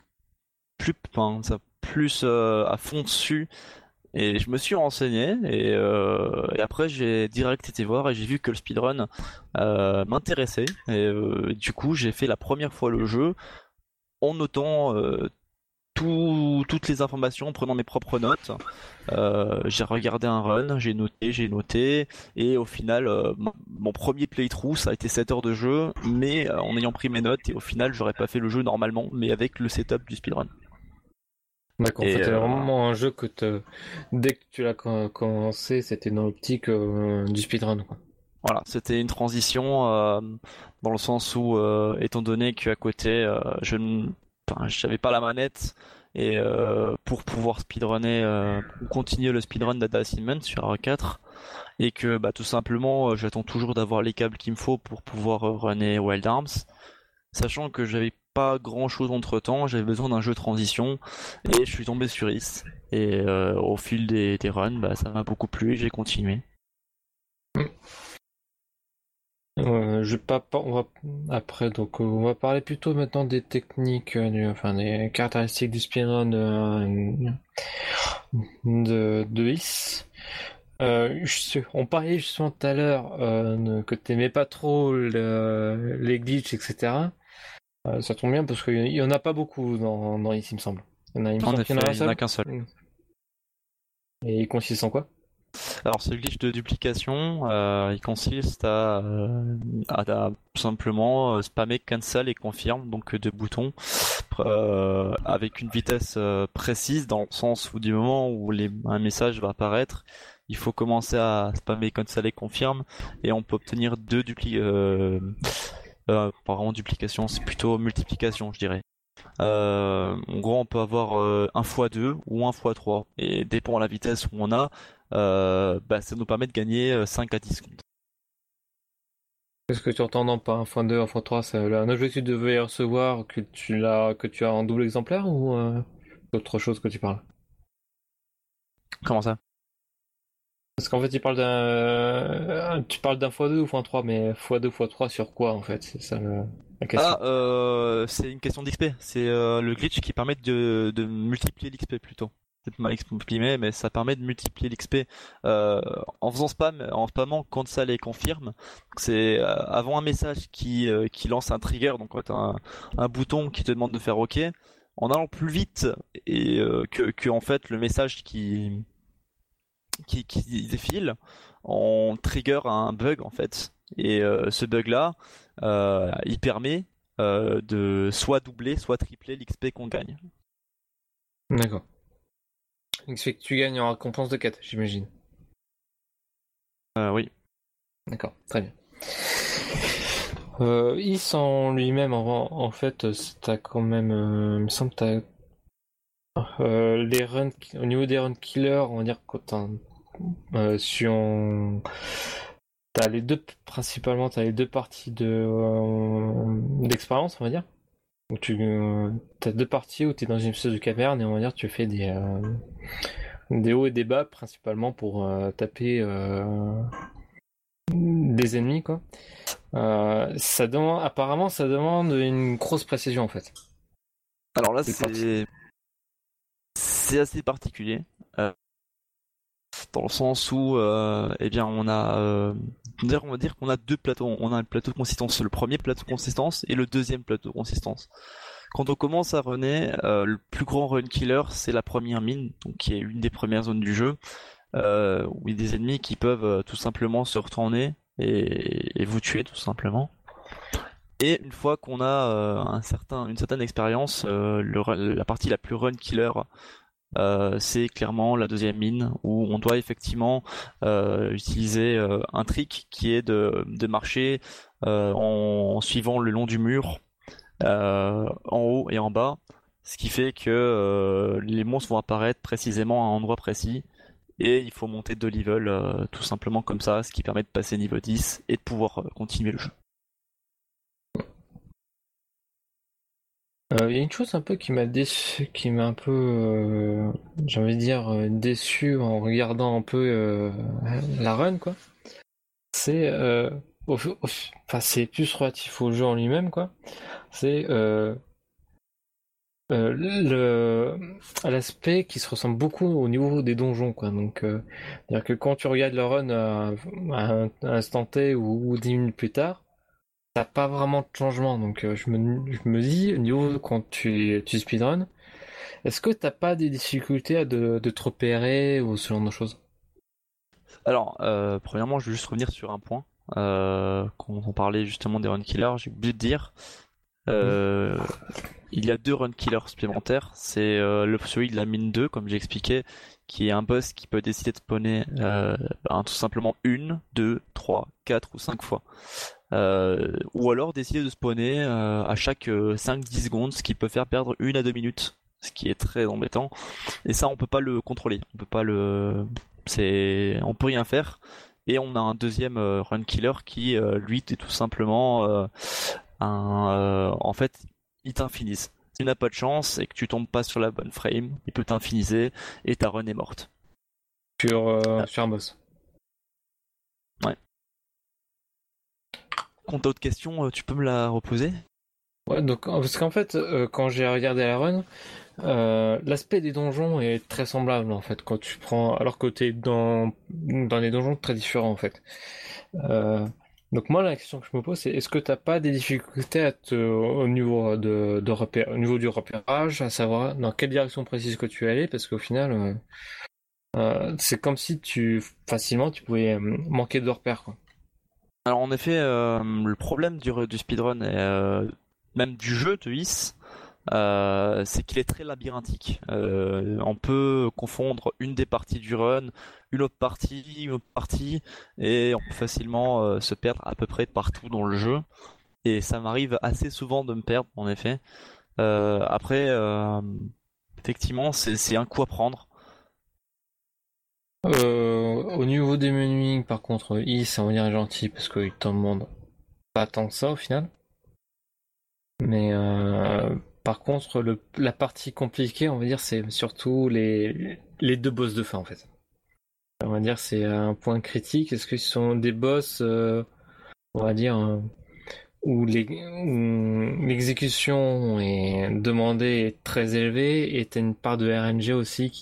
à fond dessus. Et je me suis renseigné et après j'ai direct été voir et j'ai vu que le speedrun m'intéressait et du coup j'ai fait la première fois le jeu en notant toutes les informations, en prenant mes propres notes. J'ai regardé un run, j'ai noté et au final mon premier playthrough ça a été 7 heures de jeu, mais en ayant pris mes notes, et au final j'aurais pas fait le jeu normalement mais avec le setup du speedrun. D'accord, en fait, c'est vraiment un jeu que dès que tu l'as commencé, c'était dans l'optique du speedrun, quoi. Voilà, c'était une transition dans le sens où, étant donné qu'à côté, j'avais pas la manette et pour pouvoir speedrunner ou continuer le speedrun d'Ada Simmons sur R4, et que tout simplement j'attends toujours d'avoir les câbles qu'il me faut pour pouvoir runner Wild Arms, sachant que j'avais pas grand chose entre temps, j'avais besoin d'un jeu transition et je suis tombé sur Is et au fil des runs ça m'a beaucoup plu et j'ai continué. Je vais pas, on va après donc on va parler plutôt maintenant des techniques, des caractéristiques du speedrun de Is. On parlait justement tout à l'heure que t'aimais pas trop les glitches, etc. Ça tombe bien parce qu'il y en a pas beaucoup dans Is, il me semble. Il me semble qu'il y en a qu'un seul. Et il consiste en quoi? Alors ce glitch de duplication, il consiste à simplement spammer cancel et confirm, donc deux boutons, avec une vitesse précise, dans le sens où du moment où un message va apparaître, il faut commencer à spammer cancel et confirm, et on peut obtenir deux apparemment duplication, c'est plutôt multiplication je dirais. En gros on peut avoir 1x2 ou 1x3, et dépend de la vitesse où on a, ça nous permet de gagner 5 à 10 secondes. Qu'est-ce que tu entends par 1x2, 1x3? C'est un objet que tu devais recevoir, que tu as en double exemplaire, ou autre chose que tu parles? Comment ça? Parce qu'en fait, tu parles d'un x2 ou x3, mais x2, x3 sur quoi en fait? C'est ça la question. C'est une question d'XP. C'est le glitch qui permet de multiplier l'XP plutôt. C'est mal exprimé, mais ça permet de multiplier l'XP en spammant cancel et confirme. C'est avant un message qui lance un trigger, donc quand t'as un bouton qui te demande de faire OK, en allant plus vite et que en fait le message qui défile, on trigger un bug en fait. Et ce bug là, il permet de soit doubler, soit tripler l'XP qu'on gagne. D'accord. Donc ça fait que tu gagnes en récompense de quête, j'imagine. Oui. D'accord, très bien. Is en lui-même, en fait, t'as quand même, il me semble, t'as les runs, au niveau des run killers, on va dire que t'as les deux, principalement, t'as les deux parties d'expérience, on va dire. Où t'as deux parties où t'es dans une espèce de caverne et on va dire tu fais des hauts et des bas principalement pour taper des ennemis quoi. Apparemment ça demande une grosse précision en fait. Alors là c'est assez particulier. Dans le sens où on a on va dire qu'on a deux plateaux. On a un plateau de consistance, le premier plateau de consistance et le deuxième plateau de consistance. Quand on commence à runner, le plus grand run killer c'est la première mine, donc qui est une des premières zones du jeu, où il y a des ennemis qui peuvent tout simplement se retourner et vous tuer tout simplement. Et une fois qu'on a une certaine expérience, la partie la plus run killer, c'est clairement la deuxième mine où on doit effectivement utiliser un trick qui est de marcher en suivant le long du mur, en haut et en bas, ce qui fait que les monstres vont apparaître précisément à un endroit précis et il faut monter 2 levels tout simplement comme ça, ce qui permet de passer niveau 10 et de pouvoir continuer le jeu. Il y a une chose un peu qui m'a déçu, j'ai envie de dire déçu en regardant un peu la run quoi. C'est c'est plus relatif au jeu en lui-même quoi. C'est l'aspect qui se ressemble beaucoup au niveau des donjons quoi. Donc c'est-à-dire que quand tu regardes le run à un instant T ou 10 minutes plus tard, t'as pas vraiment de changement, donc je me dis, au niveau quand tu speedrun, est-ce que t'as pas des difficultés de te repérer ou ce genre de choses? Alors, premièrement, je vais juste revenir sur un point. Quand on parlait justement des run killers, j'ai oublié de dire, il y a 2 run killers supplémentaires. C'est celui de la mine 2, comme j'ai expliqué, qui est un boss qui peut décider de spawner tout simplement 1, 2, 3, 4 ou 5 fois. Ou alors décider de spawner à chaque 5-10 secondes, ce qui peut faire perdre 1 à 2 minutes, ce qui est très embêtant. Et ça, on peut pas le contrôler, on peut pas le On peut rien faire. Et on a un deuxième run killer qui, lui, est tout simplement en fait, il t'infinise. Si tu n'as pas de chance et que tu tombes pas sur la bonne frame, il peut t'infiniser et ta run est morte. Sur un boss. Ouais. Quand t'as autre question, tu peux me la reposer? Ouais, donc parce qu'en fait, quand j'ai regardé la run, l'aspect des donjons est très semblable en fait. Quand tu prends, alors que t'es dans des donjons très différents en fait. Donc moi la question que je me pose c'est est-ce que t'as pas des difficultés au niveau au niveau du repérage, à savoir dans quelle direction précise que tu es allé, parce qu'au final c'est comme si facilement tu pouvais manquer de repères quoi. Alors en effet, le problème du speedrun et même du jeu de Is, c'est qu'il est très labyrinthique. On peut confondre une des parties du run, une autre partie, et on peut facilement se perdre à peu près partout dans le jeu. Et ça m'arrive assez souvent de me perdre, en effet. Après, effectivement, c'est un coup à prendre. Au niveau des menus, par contre, on va dire gentil parce qu'il t'en demande pas tant que ça au final. Mais par contre, la partie compliquée, on va dire, c'est surtout les deux boss de fin en fait. On va dire c'est un point critique. Est-ce que ce sont des boss, on va dire, où l'exécution est demandée est très élevée et t'as une part de RNG aussi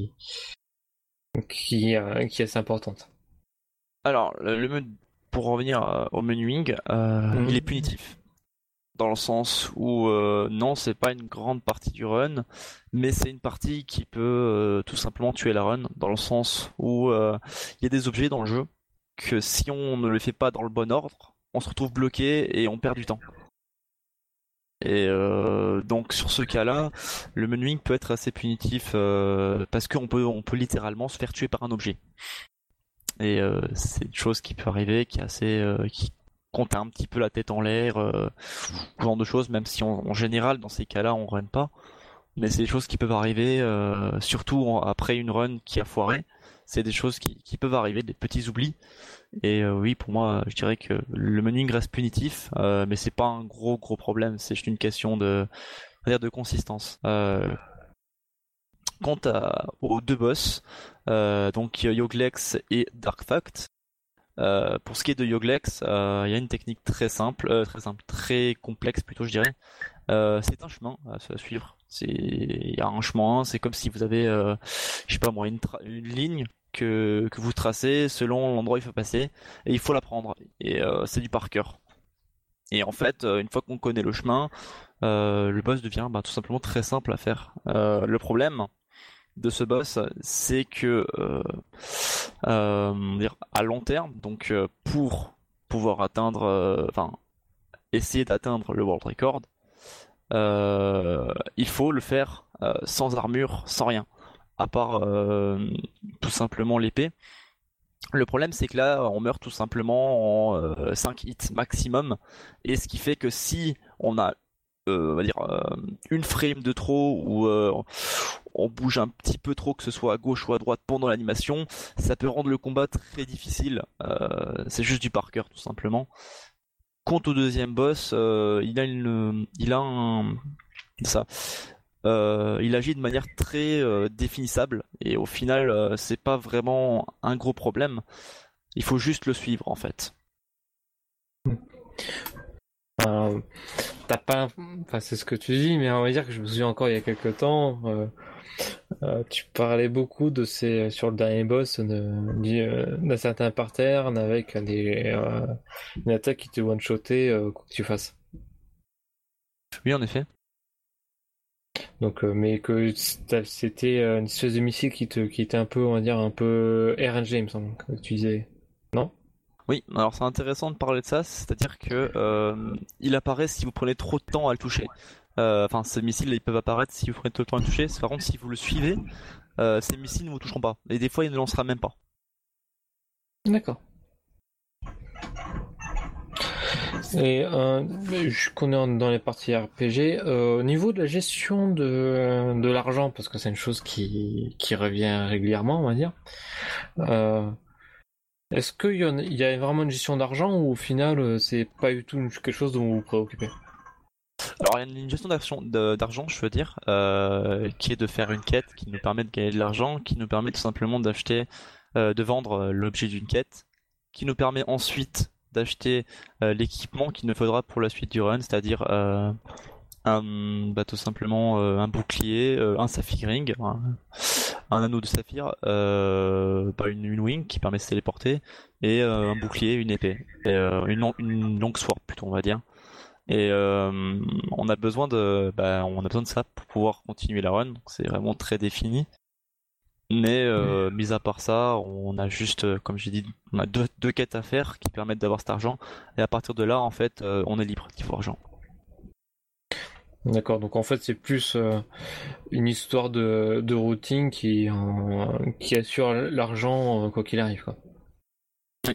qui est assez importante. Alors, pour revenir au menuing, il est punitif. Dans le sens où non, c'est pas une grande partie du run, mais c'est une partie qui peut tout simplement tuer la run, dans le sens où il y a des objets dans le jeu que si on ne les fait pas dans le bon ordre, on se retrouve bloqué et on perd du temps. Et donc sur ce cas-là, le menuing peut être assez punitif parce qu'on peut littéralement se faire tuer par un objet. Et c'est une chose qui peut arriver, qui est assez, qui compte un petit peu la tête en l'air, ce genre de choses, même si en général dans ces cas-là on run pas. Mais c'est des choses qui peuvent arriver, surtout après une run qui a foiré. C'est des choses qui peuvent arriver, des petits oublis. Et oui, pour moi, je dirais que le menuing reste punitif, mais c'est pas un gros problème. C'est juste une question on va dire de consistance. Quant aux deux boss, donc Yoglex et Darkfact. Pour ce qui est de Yoglex, il y a une technique très simple, très complexe plutôt, je dirais. C'est un chemin à suivre. Il y a un chemin, c'est comme si vous avez, je sais pas moi, une ligne que vous tracez selon l'endroit où il faut passer, et il faut la prendre. Et c'est du par cœur. Et en fait, une fois qu'on connaît le chemin, le boss devient tout simplement très simple à faire. Le problème de ce boss, c'est que à long terme, donc pour pouvoir atteindre, essayer d'atteindre le world record, il faut le faire sans armure, sans rien, à part tout simplement l'épée. Le problème c'est que là on meurt tout simplement en 5 hits maximum, et ce qui fait que si on a on va dire une frame de trop, ou on bouge un petit peu trop, que ce soit à gauche ou à droite pendant l'animation, ça peut rendre le combat très difficile. C'est juste du par cœur tout simplement. Quant au deuxième boss, il agit de manière très définissable, et au final c'est pas vraiment un gros problème. Il faut juste le suivre en fait. T'as pas, enfin c'est ce que tu dis, mais on va dire que je me souviens encore il y a quelques temps, tu parlais beaucoup sur le dernier boss d'un certain parterre avec une attaque qui te one-shotait quoi que tu fasses. Oui, en effet. Donc, mais que c'était une espèce de missile qui était un peu, on va dire, un peu RNG, il me semble, que tu disais. Non? Oui, alors c'est intéressant de parler de ça, c'est-à-dire que il apparaît si vous prenez trop de temps à le toucher. Ces missiles ils peuvent apparaître si vous prenez trop de temps à le toucher. Par contre, si vous le suivez, ces missiles ne vous toucheront pas. Et des fois, il ne lancera même pas. D'accord. Et je connais dans les parties RPG, au niveau de la gestion de l'argent, parce que c'est une chose qui revient régulièrement, on va dire. Euh, Est-ce il y a vraiment une gestion d'argent ou au final c'est pas du tout quelque chose dont vous vous préoccupez? Alors il y a une gestion d'argent, je veux dire, qui est de faire une quête qui nous permet de gagner de l'argent, qui nous permet tout simplement d'acheter, de vendre l'objet d'une quête, qui nous permet ensuite d'acheter l'équipement qu'il nous faudra pour la suite du run, c'est-à-dire tout simplement un bouclier, un saphir ring, un anneau de saphir, une wing qui permet de se téléporter, et un bouclier, une épée, et une longue sword plutôt on va dire. Et on a besoin de ça pour pouvoir continuer la run, donc c'est vraiment très défini. Mais mis à part ça, on a juste, comme j'ai dit, on a deux quêtes à faire qui permettent d'avoir cet argent, et à partir de là, en fait, on est libre niveau argent. D'accord, donc en fait c'est plus une histoire de routing qui assure l'argent quoi qu'il arrive, quoi. Oui.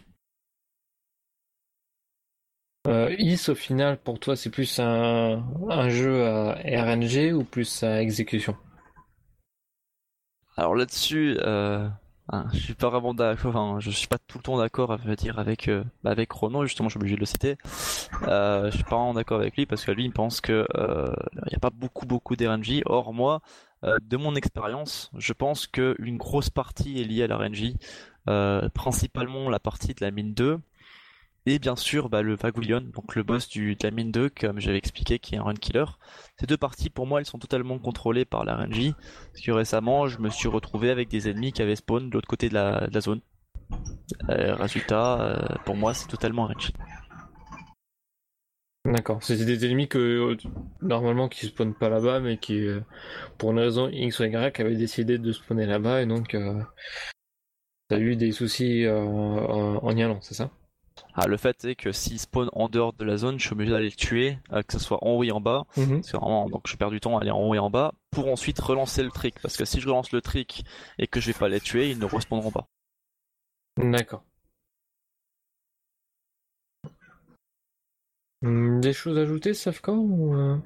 Is, au final, pour toi, c'est plus un jeu à RNG ou plus à exécution? Alors là-dessus, je suis pas vraiment d'accord, enfin, je suis pas tout le temps d'accord à vrai dire avec Chrono, justement, je suis obligé de le citer. Je suis pas vraiment d'accord avec lui parce que lui, il pense que il y a pas beaucoup d'RNG. Or moi, de mon expérience, je pense que une grosse partie est liée à l'RNG, principalement la partie de la mine 2. Et bien sûr, le Vaguilion, donc le boss de la mine 2, comme j'avais expliqué, qui est un run killer. Ces deux parties, pour moi, elles sont totalement contrôlées par la RNG. Parce que récemment, je me suis retrouvé avec des ennemis qui avaient spawn de l'autre côté de la zone. Résultat, pour moi, c'est totalement RNG. D'accord, c'était des ennemis que normalement qui spawnent pas là-bas, mais qui, pour une raison X ou Y, avaient décidé de spawner là-bas, et donc t'as eu des soucis en y allant, c'est ça? Ah, le fait est que s'ils spawnent en dehors de la zone, je suis obligé d'aller le tuer, que ce soit en haut et en bas. C'est vraiment, donc je perds du temps à aller en haut et en bas pour ensuite relancer le trick. Parce que si je relance le trick et que je vais pas les tuer, ils ne respawneront pas. D'accord. Des choses à ajouter, Safka, ou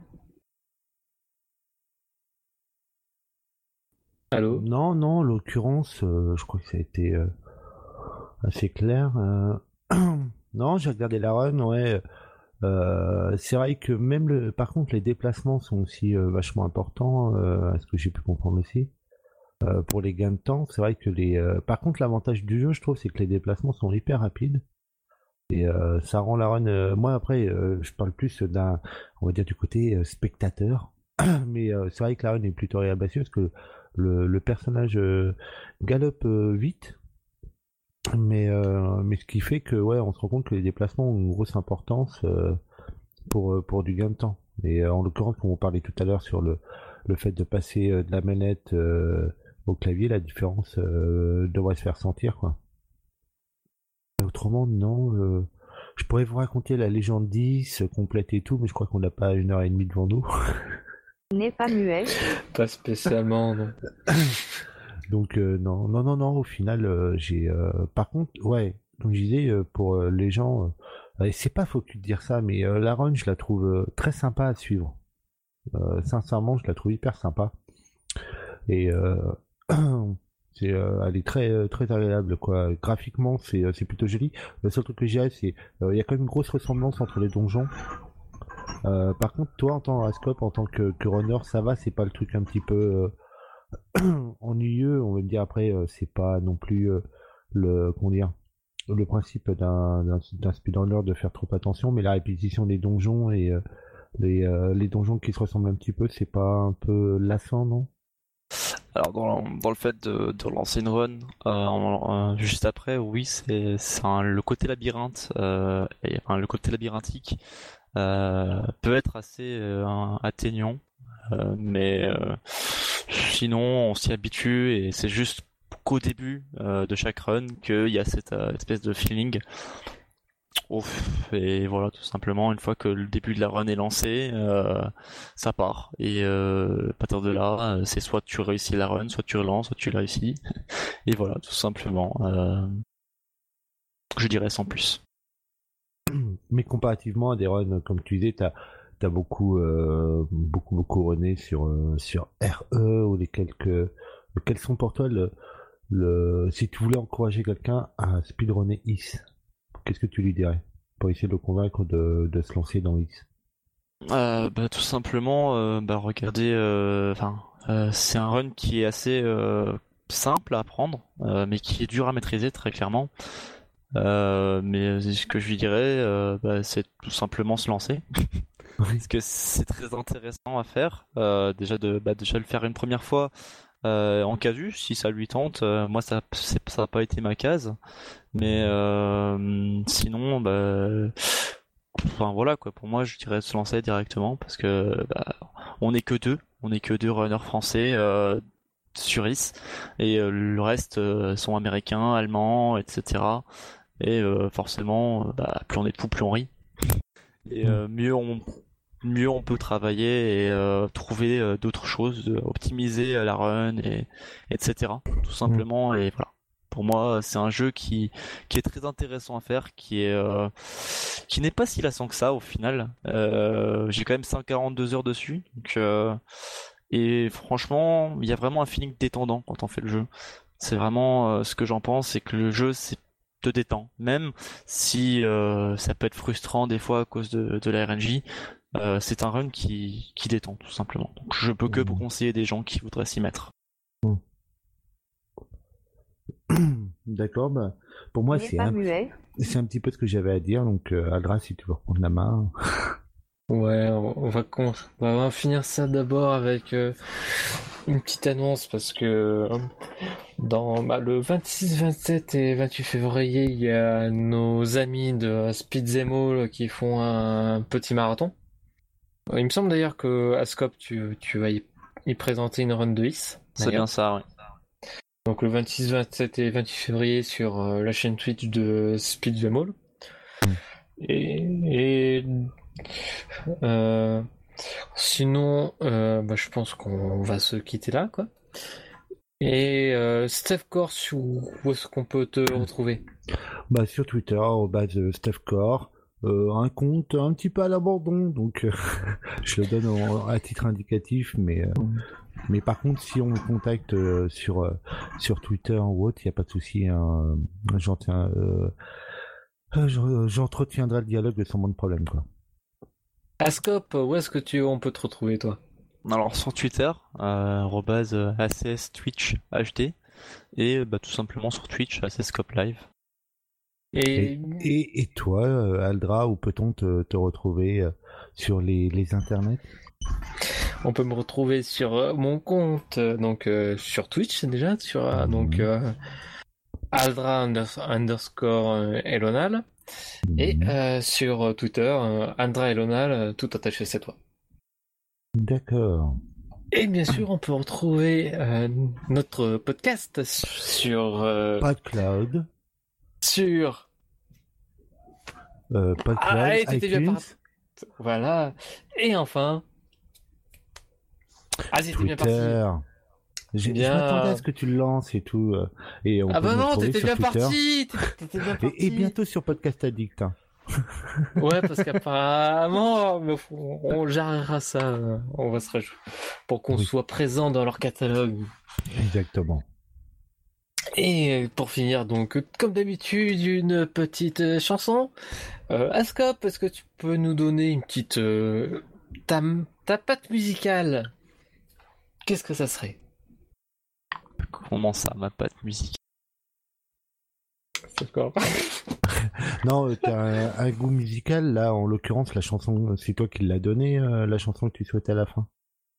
Allô? Non, en l'occurrence, je crois que ça a été assez clair. Non, j'ai regardé la run, ouais. C'est vrai que par contre, les déplacements sont aussi vachement importants, à ce que j'ai pu comprendre aussi. Pour les gains de temps, c'est vrai que par contre, l'avantage du jeu, je trouve, c'est que les déplacements sont hyper rapides. Et ça rend la run. Moi, après, je parle plus on va dire du côté spectateur. Mais c'est vrai que la run est plutôt agréable parce que le personnage galope vite. Mais ce qui fait que, ouais, on se rend compte que les déplacements ont une grosse importance pour du gain de temps. Et en l'occurrence, comme on parlait tout à l'heure sur le fait de passer de la manette au clavier, la différence devrait se faire sentir, quoi. Autrement, non. Je pourrais vous raconter la légende 10 complète et tout, mais je crois qu'on n'a pas 1 heure et demie devant nous. N'est pas muet. Pas spécialement, non. Donc non. Au final, Par contre, ouais, comme je disais, pour les gens, c'est pas faux que de dire ça, mais la run, je la trouve très sympa à suivre. Sincèrement, je la trouve hyper sympa. Et elle est très agréable, quoi. Graphiquement, c'est plutôt joli. Le seul truc que je dirais, c'est il y a quand même une grosse ressemblance entre les donjons. Par contre, toi, en tant Ascope, en tant que runner, ça va, c'est pas le truc un petit peu ennuyeux, on va dire. Après, c'est pas non plus comment dire, le principe d'un speedrunner de faire trop attention, mais la répétition des donjons et les donjons qui se ressemblent un petit peu, c'est pas un peu lassant, non? Alors dans le fait de lancer une run juste après, oui, le côté labyrinthe le côté labyrinthique peut être assez atteignant, mais sinon on s'y habitue et c'est juste qu'au début de chaque run qu'il y a cette espèce de feeling. Ouf, et voilà, tout simplement, une fois que le début de la run est lancé, ça part. Et à partir de là, c'est soit tu réussis la run, soit tu relances, soit tu la réussis. Et voilà, tout simplement. Je dirais sans plus. Mais comparativement à des runs, comme tu disais, t'as beaucoup runné sur RE ou quels sont pour toi Si tu voulais encourager quelqu'un à speedrunner Is, qu'est-ce que tu lui dirais pour essayer de le convaincre de se lancer dans Is? Tout simplement, regardez, c'est un run qui est assez simple à apprendre, mais qui est dur à maîtriser très clairement. Mais ce que je lui dirais, c'est tout simplement se lancer. Parce que c'est très intéressant à faire. Déjà déjà le faire une première fois en casu, si ça lui tente. Moi, ça n'a pas été ma case. Mais sinon, enfin voilà quoi. Pour moi, je dirais se lancer directement parce que on est que deux runners français sur Is et le reste sont américains, allemands, etc. Et forcément, plus on est de fous, plus on rit. Et mieux on peut travailler et trouver d'autres choses, optimiser la run et etc. Tout simplement. Et voilà. Pour moi, c'est un jeu qui est très intéressant à faire, qui n'est pas si lassant que ça au final. J'ai quand même 142 heures dessus, donc et franchement, il y a vraiment un feeling détendant quand on fait le jeu. C'est vraiment ce que j'en pense, c'est que le jeu te détend, même si ça peut être frustrant des fois à cause de la RNJ. C'est un run qui détend tout simplement. Donc je peux que vous conseiller des gens qui voudraient s'y mettre. D'accord, pour moi c'est un petit peu ce que j'avais à dire, donc Aldra, si tu veux reprendre la main. Ouais, on va finir ça d'abord avec une petite annonce parce que dans le 26, 27 et 28 février, il y a nos amis de Speed Zemo qui font un petit marathon. Il me semble d'ailleurs que Ascop, tu vas y présenter une run de Is. C'est bien ça, oui. Donc le 26, 27 et 28 février sur la chaîne Twitch de Speed Zemo. Et sinon, je pense qu'on va se quitter là, quoi. Et Steph Core, où est-ce qu'on peut te retrouver? Sur Twitter, Steph Core, un compte un petit peu à l'abandon, donc je le donne à titre indicatif, mais par contre, si on me contacte sur Twitter ou autre, il n'y a pas de souci. J'entretiendrai le dialogue sans moins de problème, quoi. Ascop, où est-ce que on peut te retrouver, toi? Alors sur Twitter, @ACS Twitch HD et tout simplement sur Twitch ACScope Live. Et toi, Aldra, où peut-on te retrouver sur les internets? On peut me retrouver sur mon compte, sur Twitch déjà, sur Aldra _ Elonal, et sur Twitter, Aldra Elonal, tout attaché cette fois. D'accord. Et bien sûr, on peut retrouver notre podcast sur PodCloud. Sur PodCloud, iTunes. Voilà. Et enfin, Twitter. Je m'attendais à ce que tu le lances et tout. Et on peut non, t'étais bien parti. Et bientôt sur Podcast Addict. Hein. Ouais, parce qu'apparemment, on gérera ça. On va se rajouter pour qu'on soit présent dans leur catalogue. Exactement. Et pour finir, donc, comme d'habitude, une petite chanson. Ascop, est-ce que tu peux nous donner une petite ta patte musicale? Qu'est-ce que ça serait? Comment ça, ma patte musicale? D'accord. Non, t'as un goût musical, là, en l'occurrence, la chanson, c'est toi qui l'as donnée, la chanson que tu souhaitais à la fin?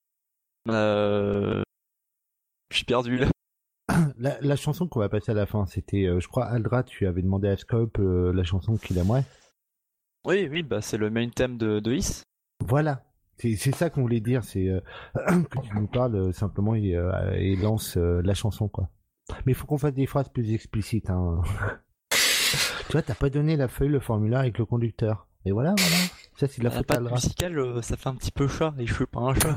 Je suis perdu, là. La chanson qu'on va passer à la fin, c'était, je crois, Aldra, tu avais demandé à Scope la chanson qu'il aimerait. Oui, c'est le main thème de Is. Voilà. C'est ça qu'on voulait dire, c'est que tu nous parles simplement et lance la chanson, quoi. Mais il faut qu'on fasse des phrases plus explicites. Hein. Tu vois, t'as pas donné la feuille, le formulaire avec le conducteur. Et voilà. Ça, c'est de la faute à Aldra. Musicale, ça fait un petit peu chat, et je suis pas un chat.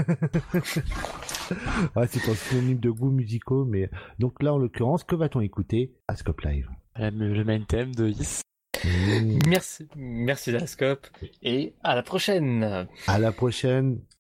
Ouais, c'est un synonyme de goûts musicaux, mais donc là, en l'occurrence, que va-t-on écouter à Scope Live? Le main thème de Is. Merci Ascop, et à la prochaine. À la prochaine.